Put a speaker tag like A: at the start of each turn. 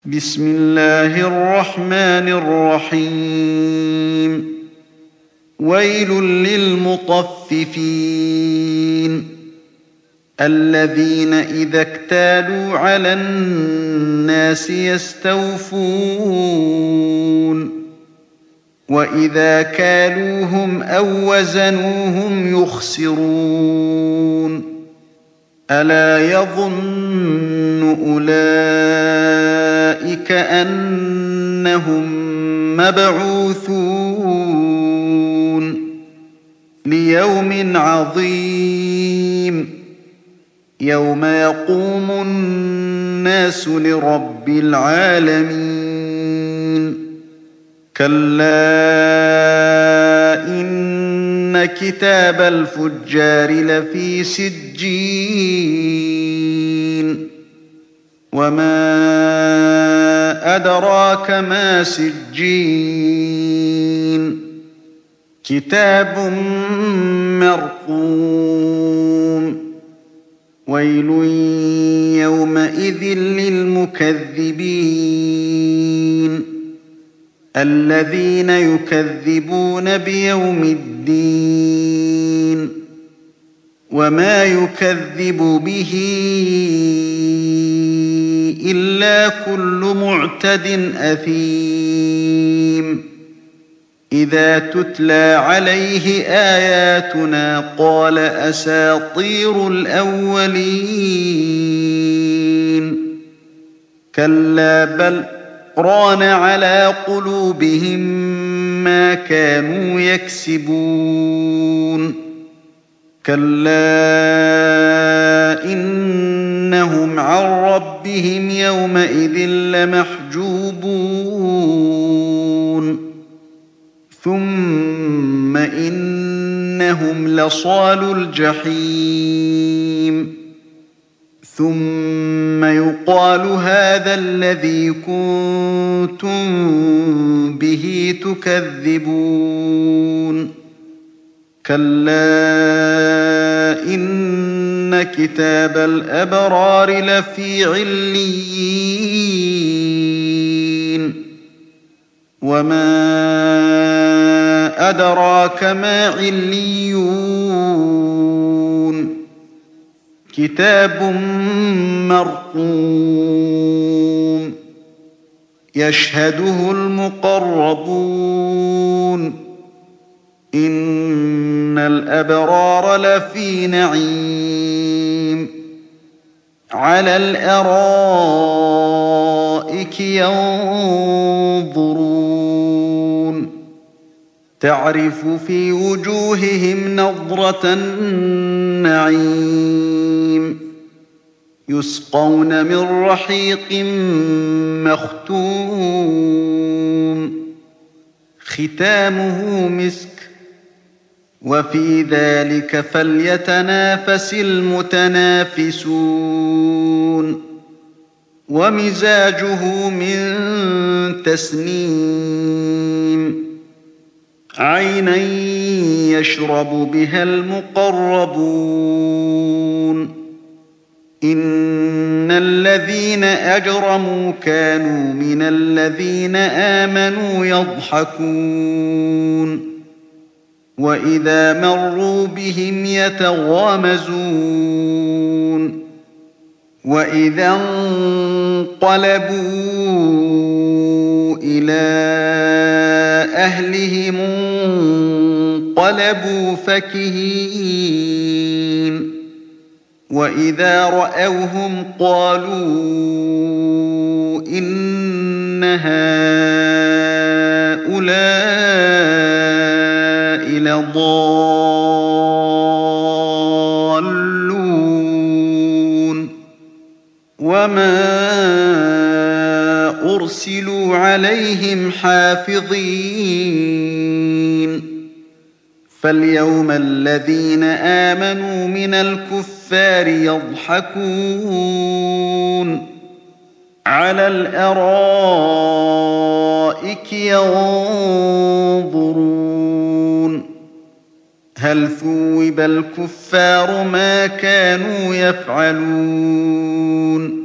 A: بسم الله الرحمن الرحيم. ويل للمطففين الذين إذا اكتالوا على الناس يستوفون وإذا كالوهم أو وزنوهم يخسرون. ألا يظن أولئك أنهم مبعوثون ليوم عظيم يوم يقوم الناس لرب العالمين. كلا إن كتاب الفجار لفي سجين وما أدراك ما سجين كتاب مرقوم. ويل يومئذ للمكذبين الذين يكذبون بيوم الدين وما يكذب به إلا كل معتد أثيم. إذا تتلى عليه آياتنا قال أساطير الأولين. كلا بل ران على قلوبهم ما كانوا يكسبون. كلا إنهم عن ربهم يومئذ لمحجوبون. ثم إنهم لصالو الجحيم. ثم يقال هذا الذي كنتم به تكذبون. كلا إن كتاب الأبرار لفي عليين وما أدراك ما عليون كتاب مرقوم يشهده المقربون. إن الأبرار لفي نعيم على الأرائك ينظرون تعرف في وجوههم نضرة النعيم يسقون من رحيق مختوم ختامه مسك وفي ذلك فليتنافس المتنافسون. ومزاجه من تسنيم عينا يشرب بها المقربون. إن الذين أجرموا كانوا من الذين آمنوا يضحكون وإذا مروا بهم يتغامزون. وإذا انقلبوا إلى أهلهم انقلبوا فكهين. وإذا رأوهم قالوا إن هؤلاء لضالون وما أرسلوا عليهم حافظين. فاليوم الذين آمنوا من الكفار يضحكون على الأرائك ينظرون هل ثوب الكفار ما كانوا يفعلون.